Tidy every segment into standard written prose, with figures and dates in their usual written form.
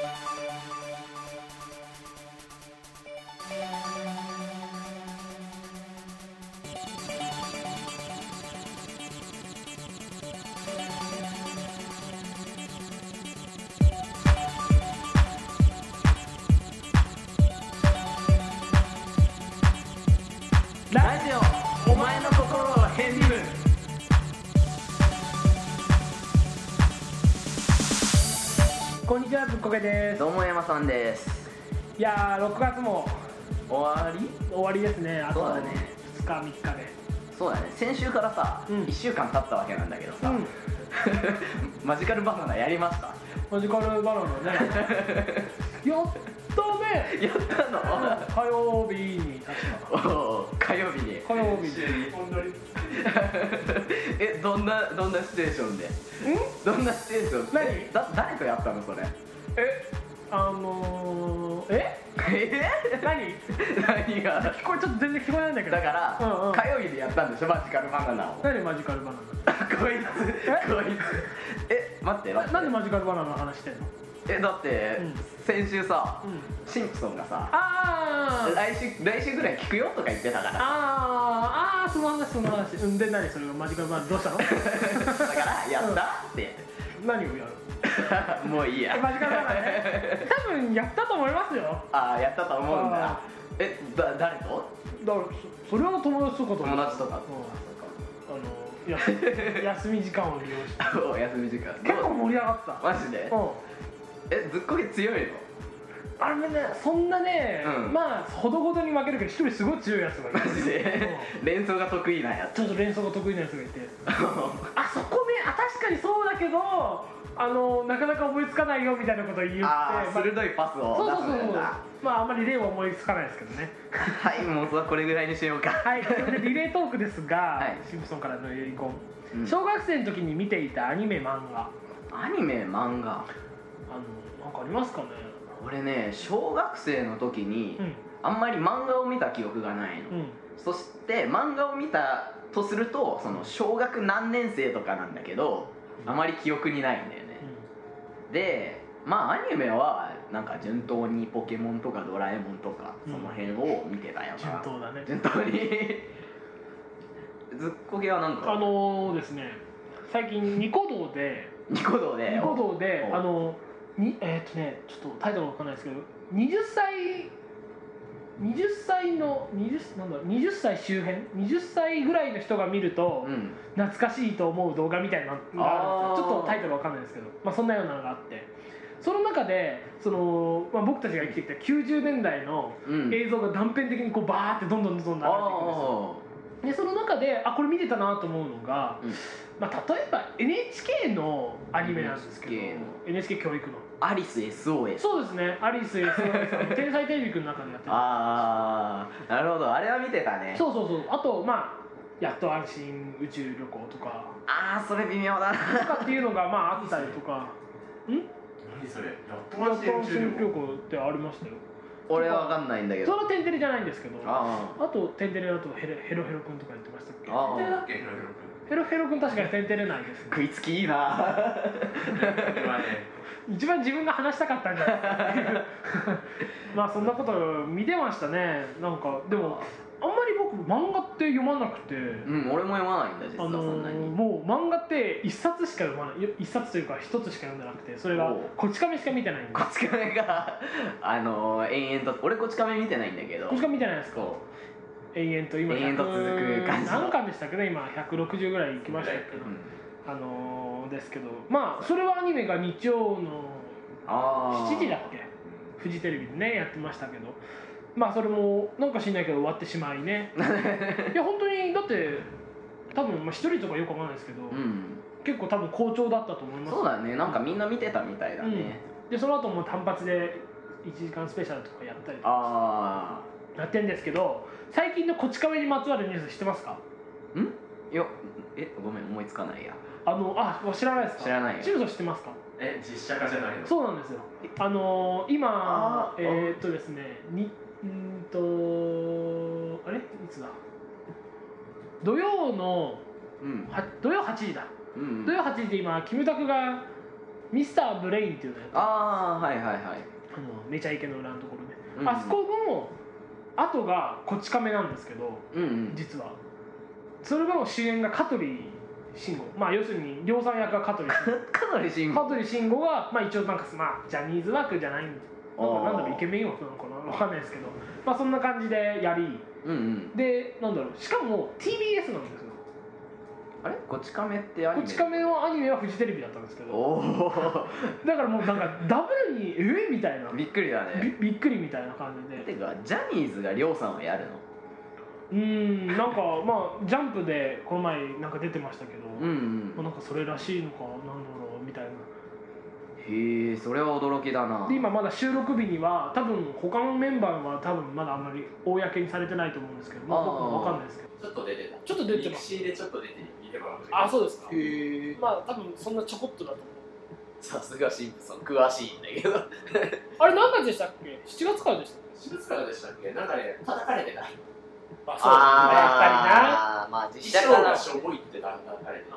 ラジオお前の心は返事文。こんにちは、ぶっこけです。 どうも山さんです。 いやー、6月も終わり？ 終わりですね。あとそうだね 2日3日で。 そうだね、先週からさ、 うん 1週間経ったわけなんだけどさ、 うんマジカルバナナやりました？ マジカルバナナねやったね。 やったの？ 火曜日に確かおー、火曜日に火曜日にえ、どんなシチュエーションで？どんなシチュエーション？ 何？ 誰とやったのそれ？ 何何が？ これちょっと全然聞こえないんだけど。 だから、 うんうん、 火曜日でやったんでしょ、マジカルバナナを。 何マジカルバナこいつ待って。 ナなんでマジカルバナナの話してんの？ だって、先週さ、 うんシンプソンがさ、 あー来週ぐらい聞くよとか言ってたからその話で何それがマジカルバナナどうしたの？ だからやったって何をやる？ もういいや。 マジカルバナナね多分やったと思いますよ。 やったと思うんだ。誰と？ だからそれは友達とかと友達とか。 休み時間を利用してお休み時間結構盛り上がった。 マジで？ずっこけ強いの？ あれね、そんなね、まあほどほどに負けるけど一人すごい強いやつがいて、 マジで連想が得意なやつ。 ちょっと連想が得意なやつがいてあそこね、確かにそうだけどなかなか思いつかないよみたいなことを言って鋭いパスを出すんだ。 まああんまり例は思いつかないですけどねはい、もうこれぐらいにしようか。 はい、それでリレートークですが、 はい、 シンプソンからの遺言、小学生の時に見ていたアニメ漫画。 アニメ漫画なんかありますかね？ 俺ね、小学生の時に、あんまり漫画を見た記憶がないの、そして漫画を見たとするとその小学何年生とかなんだけど、あまり記憶にないんだよね、で、まあアニメはなんか順当にポケモンとかドラえもんとかその辺を見てたよな。 順当だね。 順当にずっこけはなんかですね、最近ニコ動でちょっとタイトルわかんないですけど、20歳周辺、20歳ぐらいの人が見ると、懐かしいと思う動画みたいなのがあるんですよ。ちょっとタイトルわかんないですけど、そんなようなのがあって、その中で僕たちが生きてきた90年代の映像が断片的にこうバーってどんどん流れていくんですよ。でその中でこれ見てたなと思うのが、例えば NHK のアニメなんですけど、NHK 教育のアリス SOS。 そうですね、アリス SOS 天才テレビくんの中でやってる。 なるほど、あれは見てたね。 そうあとやっと安心宇宙旅行とかそれ微妙だなとかっていうのがあったりとか何それ？やっと安心宇宙旅行ってありましたよ。 俺は分かんないんだけど。 それはテンテレじゃないんですけど、あとテンテレだとヘロヘロくんとか言ってましたっけ？ヘロヘロくん確かにテンテレないですね。 食いつきいいな一番自分が話したかったんじゃないですかそんなこと見てましたね。なんかでもあんまり僕漫画って読まなくて、 俺も読まないんだ実はそんなに。 もう漫画って一冊しか読まない、一冊というか一つしか読んでなくて、それがこち亀しか見てないんで。 こち亀が延々と、俺こち亀見てないんだけど。 こち亀見てないですか？延々と今延々と続く感じ。 何巻でしたっけね、今160ぐらいいきましたけど、ですけど、それはアニメが日曜の7時だっけ、フジテレビでねやってましたけど、それもなんか知んないけど終わってしまいねいや本当にだって多分一人とかよくわかんないですけど、結構多分好調だったと思います。 そうだね、なんかみんな見てたみたいだね、 でその後も単発で1時間スペシャルとかやったりとかやってるんですけど、最近のこち亀にまつわるニュース知ってますか？ いや、ごめん思いつかないや。 知らないですか？ 知らないよ。 チルソ知ってますか？ 実写化じゃないの？ そうなんですよ。今ですね、あれいつだ、土曜8時だ、土曜8時で今キムタクがミスターブレインっていうのやってああはいはいはい、 めちゃイケの裏のところで、 うんうん、 あそこの後がこち亀なんですけど、 うんうん、 実はそれの主演が香取慎吾、まあ要するに量産役が香取慎吾が、まあ、一応なんか、まあ、ジャニーズ枠じゃないなんだろうイケメン枠なのかな分かんないですけど、まあ、そんな感じでやり、 うんうん、 でなんだろうしかも TBS なんですよ。 あれこち亀ってアニメ？ こち亀のアニメはフジテレビだったんですけど、だからもうなんかダブルにみたいなびっくりだね。 びっくりみたいな感じで。 てかジャニーズがりょうさんをやるの？ なんかまあジャンプでこの前なんか出てましたけど、なんかそれらしいのかなんだろうみたいな。 へえ、それは驚きだな。 で今まだ収録日には多分他のメンバーは多分まだあんまり公にされてないと思うんですけど、まあ、僕も分かんないですけど。 ちょっと出てた。 ちょっと出てます。 ミクシーでちょっと出て見てもらう。 あ、そうですか。 へえ。 まあ多分そんなちょこっとだと思う。 さすが神父さん詳しいんだけど。 あれ何月でしたっけ？7月からでしたっけ ？7月からでしたっけ？なんかね叩かれてない。 あ、そうだね、やっぱりな。 まあ実写がしょぼいって叩かれてる。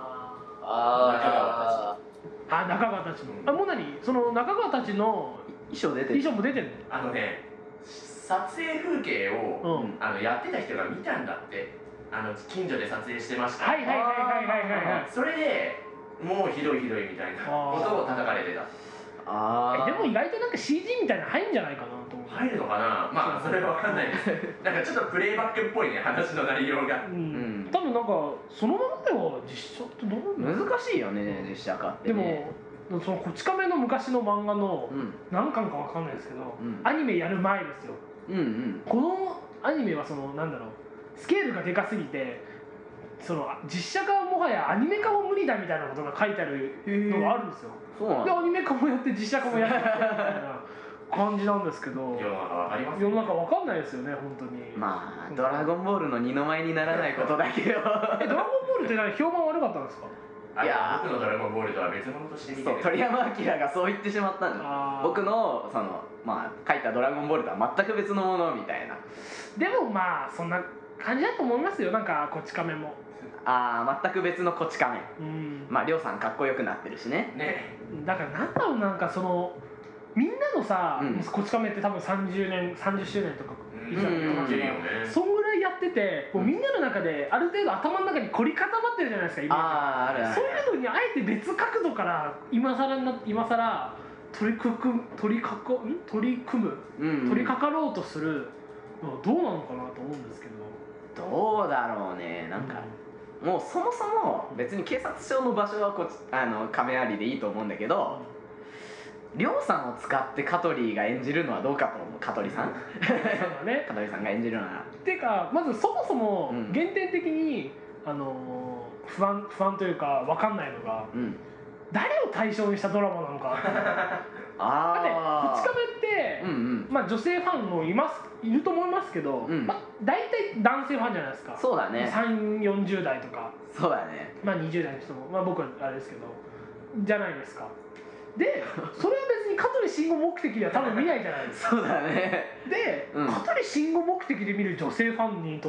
中川たちの。もう何？その中川たちの衣装も出てるの？ 撮影風景を、やってた人が見たんだって。近所で撮影してました。 はい。 それでもうひどいみたいなことを叩かれてた。 でも意外となんか CG みたいなの入るんじゃないかなと思う。 入るのかな。まあそれは分かんないです。なんかちょっとプレイバックっぽいね話の内容が。 多分なんかそのままでは実写ってどう難しいよね実写化ってね。 でもそのこち亀の昔の漫画の何巻か分かんないですけど、アニメやる前ですよ。このアニメはそのなんだろうスケールがでかすぎてその実写化はもはやアニメ化も無理だみたいなことが書いてあるのがあるんですよ。でアニメ化もやって実写化もやってみたいな感じなんですけど、 世の中わかります？ 世の中わかんないですよね本当に。 まあドラゴンボールの二の舞にならないことだけど。 ドラゴンボールって何評判悪かったんですか？ いや僕のドラゴンボールとは別物として見てる。 鳥山明がそう言ってしまったんだ。僕のそのまあ書いたドラゴンボールとは全く別のものみたいな。 でもまあそんな感じだと思いますよ。なんかこち亀も全く別のこち亀。まありょうさんかっこよくなってるしね。 だからなんだろうなんかそのみんなのさ、こち亀って多分30周年とか以上そんぐらいやってて、もうみんなの中である程度頭の中に凝り固まってるじゃないですかイメージ。そういうのにあえて別角度から今更取りかかろうとするのはどうなのかなと思うんですけど。 どうだろうね。なんかもうそもそも別に警察署の場所は亀有でいいと思うんだけど、りょうさんを使って香取が演じるのはどうかと思う。香取さん香取さんが演じるのはっていうかまずそもそも原点的に不安というか分かんないのが、誰を対象にしたドラマなのか。だってこち亀って、まあ女性ファンもいると思いますけど、大体男性ファンじゃないですか。 そうだね。 30、40代とか。 そうだね。 まあ20代の人も、まあ僕はあれですけどじゃないですか。でそれは別に香取慎吾目的では多分見ないじゃないですか。 そうだね。 で、香取慎吾目的で見る女性ファンにとって、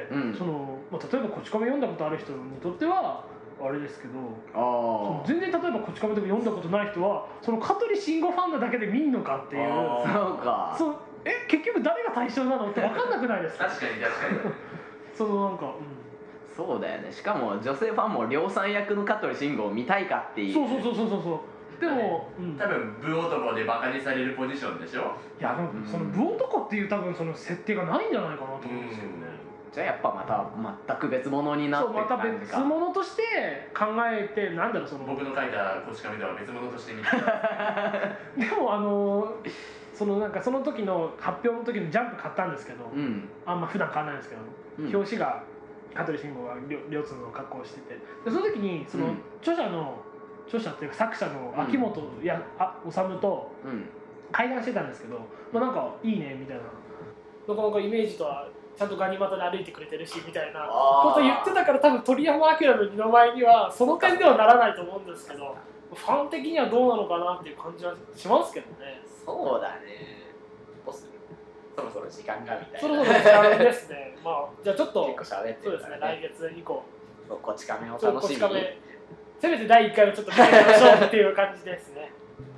その例えばこち亀読んだことある人にとってはあれですけど、全然例えばこち亀とか読んだことない人はその香取慎吾ファンなだけで見んのかっていう。 そうか。 結局誰が対象なのって分かんなくないですか？ 確かにそのなんか、 そうだよね。しかも女性ファンも量産役の香取慎吾を見たいかっていう。 そうでも、 多分部男でバカにされるポジションでしょ。 いやその部男っていう多分その設定がないんじゃないかなと思うんですけどね。 じゃあやっぱまた全く別物になってる感じか。 そうまた別物として考えてなんだろうその僕の書いたこち亀では別物として見てでもそのなんかその時の発表の時にジャンプ買ったんですけど、あんま普段買わないんですけど、表紙が香取慎吾が両津の格好をしてて、でその時にその著者っていうか作者の秋元治と会談してたんですけど、なんかいいねみたいな、なかなかイメージとはちゃんとガニ股で歩いてくれてるしみたいなこと言ってたから、多分鳥山明の二の舞にはその点ではならないと思うんですけど、ファン的にはどうなのかなっていう感じはしますけどね。 そうだね。どうする？そろそろ時間がみたいな。 そろそろ時間ですね。まあじゃあちょっと結構喋ってるからね。 そうですね。来月以降こち亀を楽しみに。 せめて第1回をちょっと見てみましょうっていう感じですね。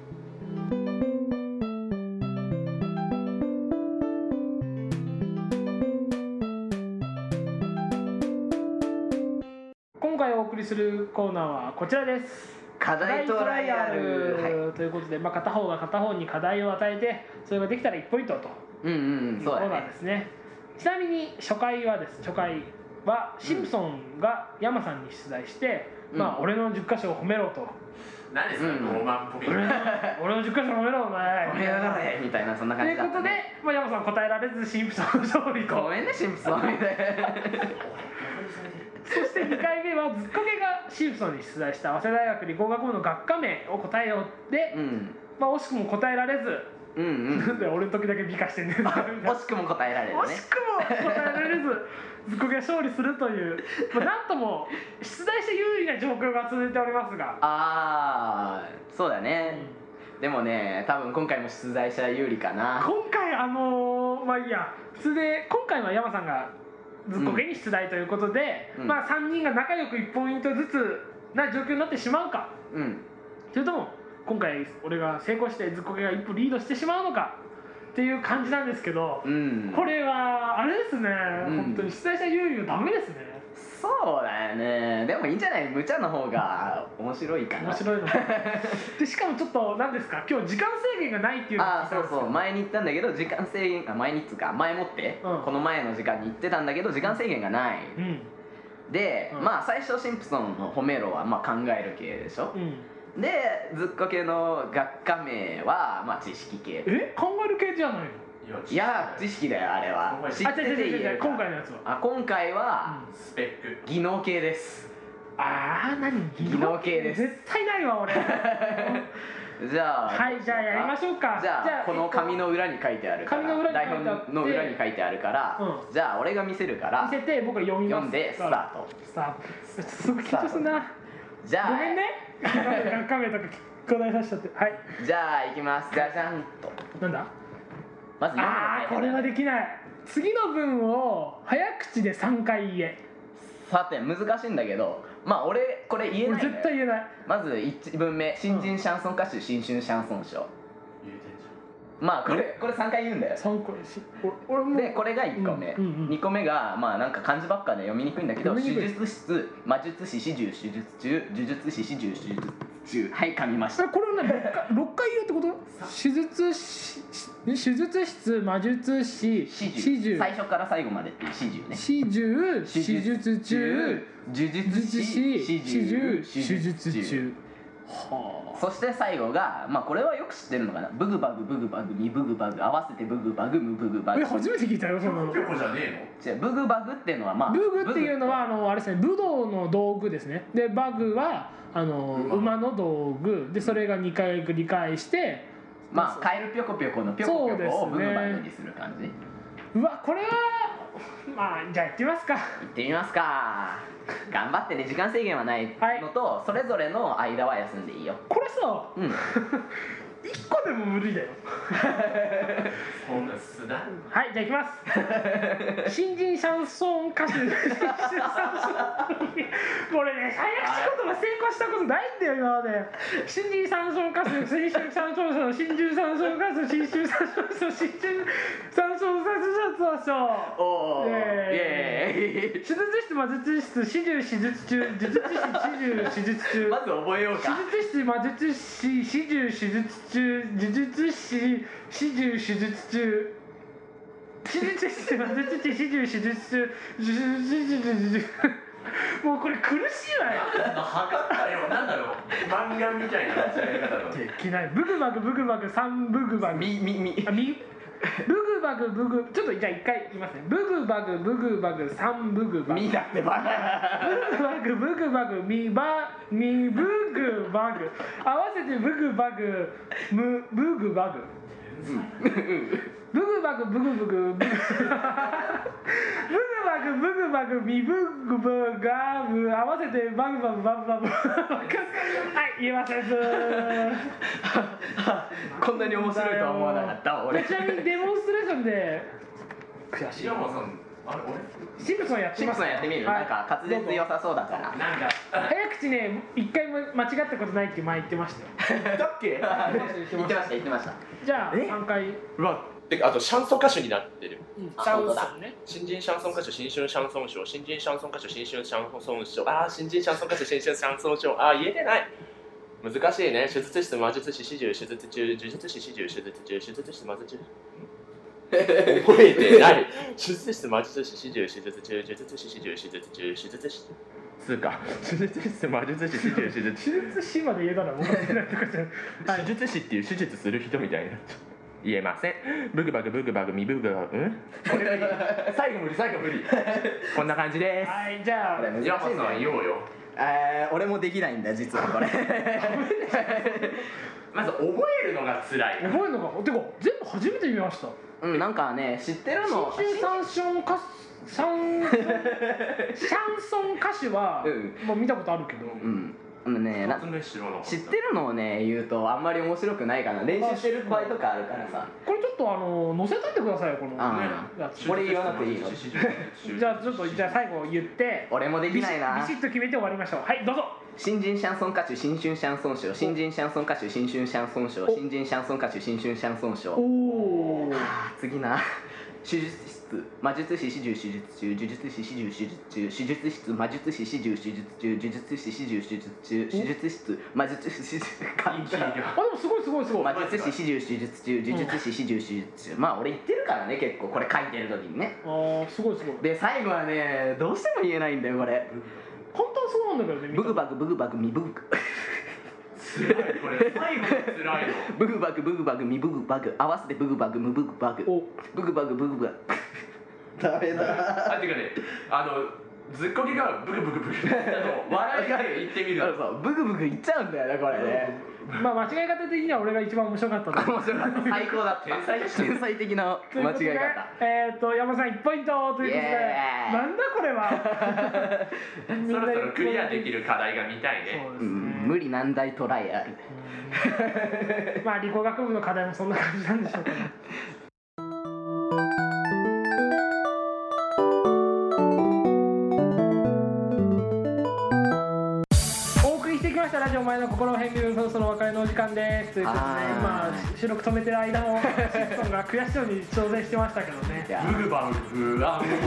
今回お送りするコーナーはこちらです。 課題トライアル、 ということで、片方が片方に課題を与えてそれができたら1ポイントというコーナーですね。ちなみに初回はシンプソンが山さんに出題して、俺の10箇所を褒めろと。 何ですか、ローマンっぽい。 俺の10箇所褒めろお前。 褒めやがれみたいな、そんな感じだったね。 ということで、山さん答えられずシンプソン勝利と。 ごめんねシンプソンみたいな。 そして2回目はずっこけがシンプソンに出題した早稲田大学理工学部の学科名を答えようで、惜しくも答えられず、なんで俺の時だけ美化してんねん。 惜しくも答えられるね。 惜しくも答えられずずっこけが勝利するという、なんとも出題して有利な状況が続いておりますが。 そうだね。でもね、多分今回も出題者有利かな。 今回いいや、普通で今回は山さんがずっこけに出題ということで、3人が仲良く1ポイントずつな状況になってしまうか、それとも今回俺が成功してずっこけが一歩リードしてしまうのかっていう感じなんですけど、これはあれですね、本当に出題者有利はダメですね。 そうだよね。でもいいんじゃない、無茶の方が面白いかな。 面白いので、しかもちょっと何ですか、今日時間制限がないっていうのを聞いたんですよ。 そう前に言ったんだけど、時間制限前にっつうか前もって、この前の時間に言ってたんだけど時間制限がない、で、最初シンプソンの褒めろは考える系でしょ、でずっこけの学科名は知識系。 考える系じゃないの？ いや知識だよあれは。知ってて言える。 今回のやつは今回はスペック技能系です。 何技能系です。 絶対ないわ俺。 じゃあじゃあやりましょうか。 じゃあこの紙の裏に書いてあるから、台本の裏に書いてあるから、じゃあ俺が見せるから見せて僕が読みます。 読んでスタート。 すごい緊張するな。 じゃあごめんね。学科名とか答えさせちゃって。はい。 じゃあいきます。じゃじゃんと。 なんだ？ まずこれはできない。次の文を早口で3回言え。 さて難しいんだけど、俺これ言えない。 絶対言えない。 まず1文目、新人シャンソン歌手新春シャンソン賞。これ3回言うんだよ。 3回俺もでこれが1個目、2個目がなんか漢字ばっかで読みにくいんだけど、手術室魔術師始終手術中呪術師始終手術中。はい、噛みました。 これをね6回言うってこと？手術室魔術師始終、 最初から最後までっていう始終ね。 始終手術中呪術師始終手術中。そして最後がこれはよく知ってるのかな。ブグバグブグバグミブグバグ合わせてブグバグムブグバグ。 初めて聞いたよそんなの。 ピョコじゃねえの？違う、ブグバグっていうのはブグっていうのはあれですね、武道の道具ですね。でバグは馬の道具で、それが2回繰り返してカエルピョコピョコのピョコピョコをブグバグにする感じ。 うわ、これはじゃあ行ってみますか。 行ってみますか。頑張ってね。時間制限はないのと、それぞれの間は休んでいいよ。 これさ、1個でも無理だよ。 そんな素だ。 はい、じゃあいきます。新人シャンソン歌手。これね、早口言葉成功したことないんだよ今まで。新人シャンソン歌手、新春シャンソン賞、新春シャンソン歌手、新春シャンソン賞、新春シャンソン賞。 おー、イエーイ。 手術室魔術室始終手術中呪術師始終手術中。 まず覚えようか。 手術室魔術師始終手術中呪術師始終手術中。手術室魔術師始終手術中もうこれ苦しいわよ。 測ったよ。なんだろう、漫画みたいな違い方だ。 できない。ブグバグブグバグ3ブグバグブグバグブグ、ちょっとじゃあ1回言いますね。ブグバグブグバグ3ブグバグミだってバカ。 ブグバグミブグバグ合わせてブグバグブグバグブグバグブグブグブグバグブグバグミブグバグ合わせてバグバグバグバグ。はい言えません。 こんなに面白いとは思わなかった俺。 ちなみにデモンストレーションで悔しい。山さんあれシンプソンやってみます。 シンプソンやってみる、なんか滑舌良さそうだから。 なんか早口ね、一回も間違ったことないって前言ってましたよ。 だっけ？ 言ってました。 じゃあ3回。 うわ、であとシャンソン歌手になってる。 シャンソンね。 新人シャンソン歌手新春シャンソン賞、新人シャンソン歌手新春シャンソン賞、新人シャンソン歌手新春シャンソン賞、言えてない。難しいね。手術室魔術師始終手術中、呪術師始終手術中、手術室魔術中。覚えてない。手術室魔術師始終手術中、呪術師始終手術中、手術室つうか、手術室魔術師始終手術中。 手術師まで言えたらもう手術師っていう手術する人みたいな。言えません。ブグバグブグバグミブグバグ。最後無理。こんな感じです。 はい、じゃあ山さん言おうよ。 俺もできないんだ実はこれ。 まず覚えるのが辛い。 覚えるのが、てか全部初めて見ました。 なんかね、知ってるの。 シャンソン歌手はもう見たことあるけど、 知ってるのをね言うとあんまり面白くないかな。練習してる場合とかあるからさ。 これちょっと載せといてくださいよ、このやつ。 これ言わなくていいの？ じゃあちょっと最後言って、 俺もできないな。 ビシッと決めて終わりましょう。はい、どうぞ。 新人シャンソン歌手新春シャンソン賞、新人シャンソン歌手新春シャンソン賞、新人シャンソン歌手新春シャンソン賞。 おお。 次な。手術室魔術師始終手術中、呪術師始終手術中、手術室魔術師始終手術中、呪術師始終手術中、手術室魔術師始終でもすごい魔術師始終手術中、呪術師始終手術中。まあ俺言ってるからね、結構これ書いてる時にね。 すごいで最後はね、どうしても言えないんだよこれ。 本当はそうなんだけどね。 ブグバグブグバグミブグ。 辛い、これ最後辛いの。 ブグバグブグバグミブグバグ、合わせてブグバグムブグバグ、ブグバグブグバグ。ダメだ。 てかね、ずっこけがブグブグブグ笑いが言ってみる。 ブグブグいっちゃうんだよねこれね。 まあ間違い方的には俺が一番面白かったと。 面白かった。最高だった。天才的な間違い方。 山さん1ポイントということで、なんだこれは。 そろそろクリアできる課題が見たいね。 無理難題トライアル。 まあ理工学部の課題もそんな感じなんでしょうかね。ラジオ前の心を変見る、そろそろお別れのお時間ですということで、今収録止めてる間もシンプソンが悔しそうに挑戦してましたけどね。 ブグバグ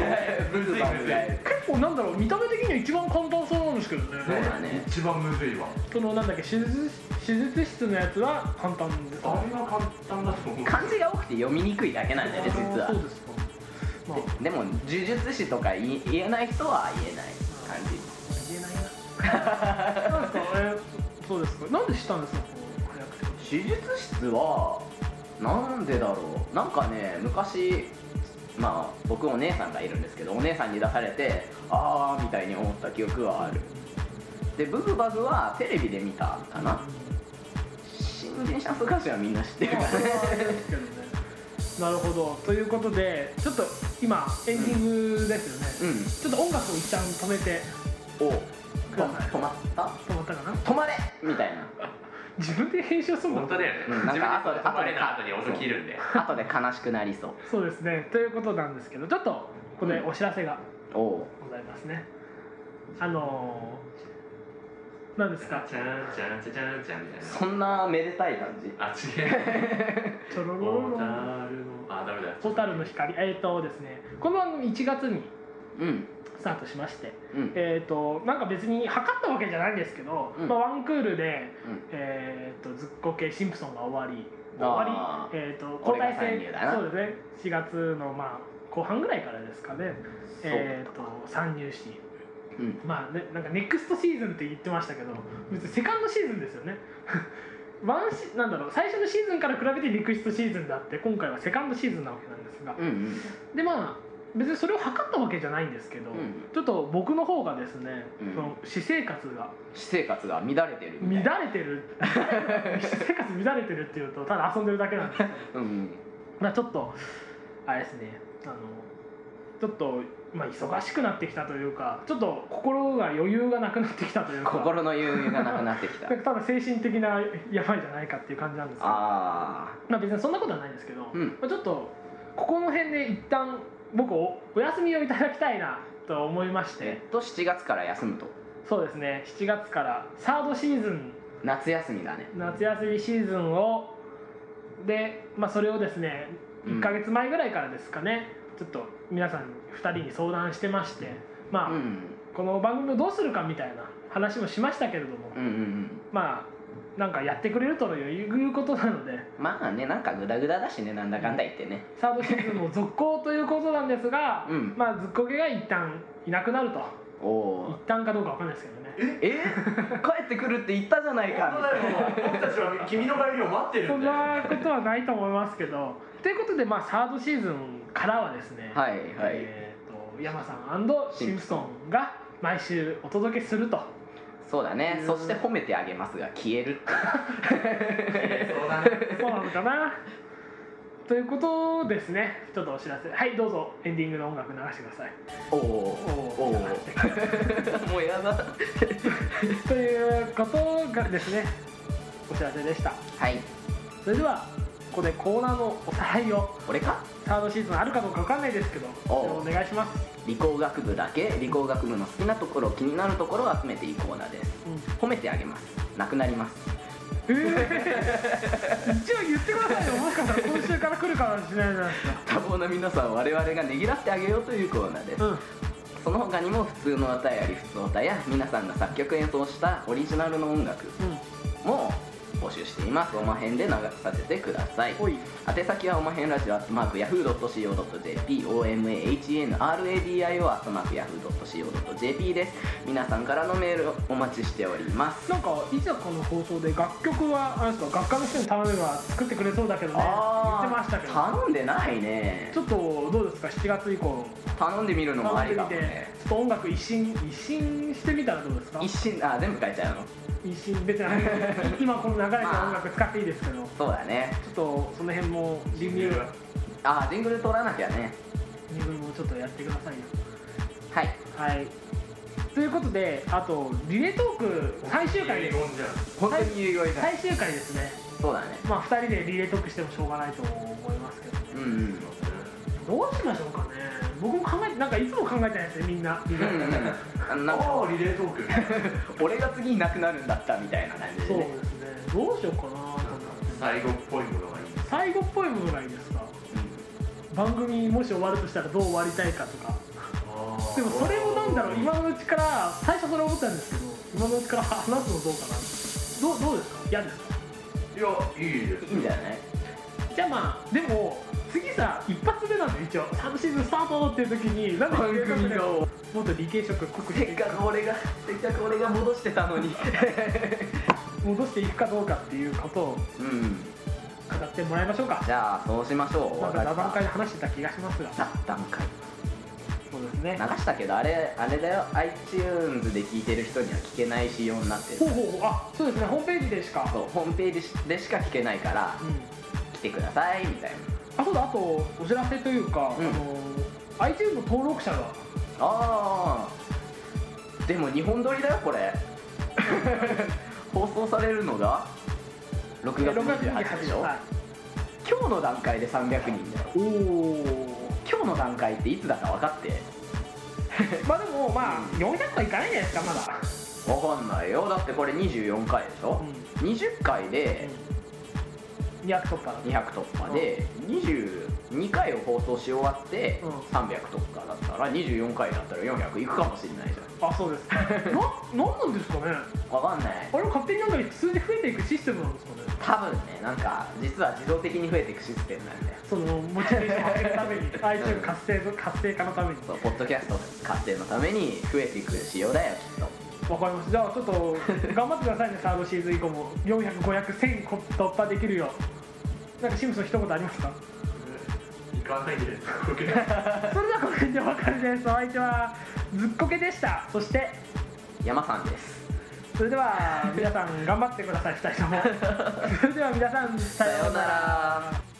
結構なんだろう、見た目的には一番簡単そうなんですけどね。 そうだね、 一番むずいわ。 なんだっけ、手術室のやつは簡単です。 あれが簡単だと思う。 漢字が多くて読みにくいだけなんだよね実は。 そうですか。 でも呪術師とか言えない人は言えない感じ。 言えないな。なんですか、そうですか。なんで知ったんですか、 手術室はなんでだろう。なんかね、昔僕お姉さんがいるんですけど、お姉さんに出されてみたいに思った記憶はある。でブグバグはテレビで見たかな。新人シャンソン歌手はみんな知ってるからね。 なるほど。ということでちょっと今エンディングですよね。ちょっと音楽を一旦止めて。 止まったかな。止まれみたいな。 自分で編集するの。 本当だよね。なんか止まれた後に音切るんで。 後で悲しくなりそう。 そうですね。ということなんですけど、ちょっとここでお知らせがございますね。何ですか。 そんなめでたい感じ。 違う。 ちょろろろ。 ダメだ。 ホタルの光。ですね。この番組1月にスタートしまして、なんか別に測ったわけじゃないんですけど、ワンクールでずっこけシンプソンが終わり、交代制、そうですね、4月の後半ぐらいからですかね、参入し、なんかネクストシーズンって言ってましたけど、別にセカンドシーズンですよね。なんだろう、最初のシーズンから比べてネクストシーズンであって、今回はセカンドシーズンなわけなんですが、で別にそれを測ったわけじゃないんですけど、ちょっと僕の方がですね、その私生活が乱れてる私生活乱れてるっていうとただ遊んでるだけなんですけど、ちょっとあれですね、ちょっと忙しくなってきたというか、ちょっと心が余裕がなくなってきたというか、 心の余裕がなくなってきた。 ただ精神的なやばいじゃないかっていう感じなんですけど、別にそんなことはないんですけど、ちょっとここの辺で一旦僕お休みをいただきたいなと思いまして、 7月から休むと。 そうですね、7月からサードシーズン、 夏休みだね。 夏休みシーズンをで、それをですね1ヶ月前ぐらいからですかね、ちょっと皆さん2人に相談してまして、この番組をどうするかみたいな話もしましたけれども、なんかやってくれるということなので、 まあね、なんかグダグダだしね、なんだかんだ言ってね。 サードシーズンも続行ということなんですが、ずっこけが一旦いなくなると。一旦かどうかわかんないですけどね。 帰ってくるって言ったじゃないか。 僕たちは君の帰りを待ってるんで。 そんなことはないと思いますけど。ということで、サードシーズンからはですね、山さん&シンプソンが毎週お届けすると。 そうだね。そして褒めてあげますが消える。 そうなのかな。ということですね。ちょっとお知らせ。はい、どうぞエンディングの音楽流してください。 もうやだ。 ということがですね、お知らせでした。 はい。 それではここでコーナーのおさらいを。 これか？ サードシーズンあるかどうかわかんないですけど、お願いします。 理工学部だけ、理工学部の好きなところ、気になるところを集めていいコーナーです。褒めてあげます。なくなります。 一応言ってくださいよ。もしかしたら今週から来るかもしれないじゃないですか。 多忙な皆さんを我々がねぎらってあげようというコーナーです。その他にも普通のお便り、普通おたや皆さんが作曲演奏したオリジナルの音楽も募集しています。おまへんで流させてください。宛先はおまへんラジオ@yahoo.co.jp、 omhenradio@yahoo.co.jp です。皆さんからのメールお待ちしております。 なんかいざこの放送で楽曲はあれですか、学科の人に頼めば作ってくれそうだけどね、言ってましたけど。 頼んでないね。 ちょっとどうですか、7月以降頼んでみるのもありかもね。 ちょっと音楽一新してみたらどうですか。 全部変えちゃうの。 一新別に今この流れてる音楽使っていいですけど、 そうだね。 ちょっとその辺もリニューアル、 ジングル取らなきゃね。 ジングルもちょっとやってくださいよ。 はい。 ということで、あとリレートーク最終回です。 本当に遺言最終回ですね。 そうだね。 2人でリレートークしてもしょうがないと思いますけど、どうしましょうかね。僕もなんかいつも考えてないですね、みんな。リレートーク俺が次いなくなるんだったみたいな感じでね。 そうですね。どうしようかなと思って。 最後っぽいものがいい。 最後っぽいものがいいですか。番組もし終わるとしたらどう終わりたいかとか。でもそれを今のうちから、最初それ思ったんですけど、今のうちから話すのどうかな。どうですか。嫌ですか。 いや、いいです。 いいんじゃない。 じゃあでも次さ、一発目なんで一応サードシーズンスタートっていう時になんで番組がもっと理系色濃くしてせっかく俺が戻してたのに戻していくかどうかっていうことを語ってもらいましょうか。 じゃあそうしましょう。 なんか座談会で話してた気がしますが。 座談会。 そうですね。 流したけどあれだよ、 iTunes で聞いてる人には聞けない仕様になってる。 そうですね。ホームページでしか。 そう、ホームページでしか聞けないから、来てくださいみたいな。 あとお知らせというか、iTunes の登録者が。 でも2本撮りだよこれ。放送されるのが6月28日でしょ。今日の段階で300人だよ。今日の段階っていつだか分かって。 でも400回いかないんじゃないですか。まだ分かんないよ。だってこれ24回でしょ、20回で 200突破で22回を放送し終わって300突破だったら24回だったら400いくかもしれないじゃん。 そうですか。なんなんですかね。 分かんない。 あれ勝手に数字増えていくシステムなんですかね。 多分ね、なんか実は自動的に増えていくシステムなんだよ。 そのモチベーションを上げるためにiTunes 活性化のために。 そう、ポッドキャスト活性のために増えていく仕様だよきっと。 わかりました。じゃあちょっと頑張ってくださいね。サードシーズン以降も400、500、1000突破できるよう。なんかシムソン一言ありますか。 行かないです。 それではこの辺でお別れです。お相手はずっこけでした。そして山さんです。 それでは皆さん頑張ってください、2人とも。それでは皆さんさようなら。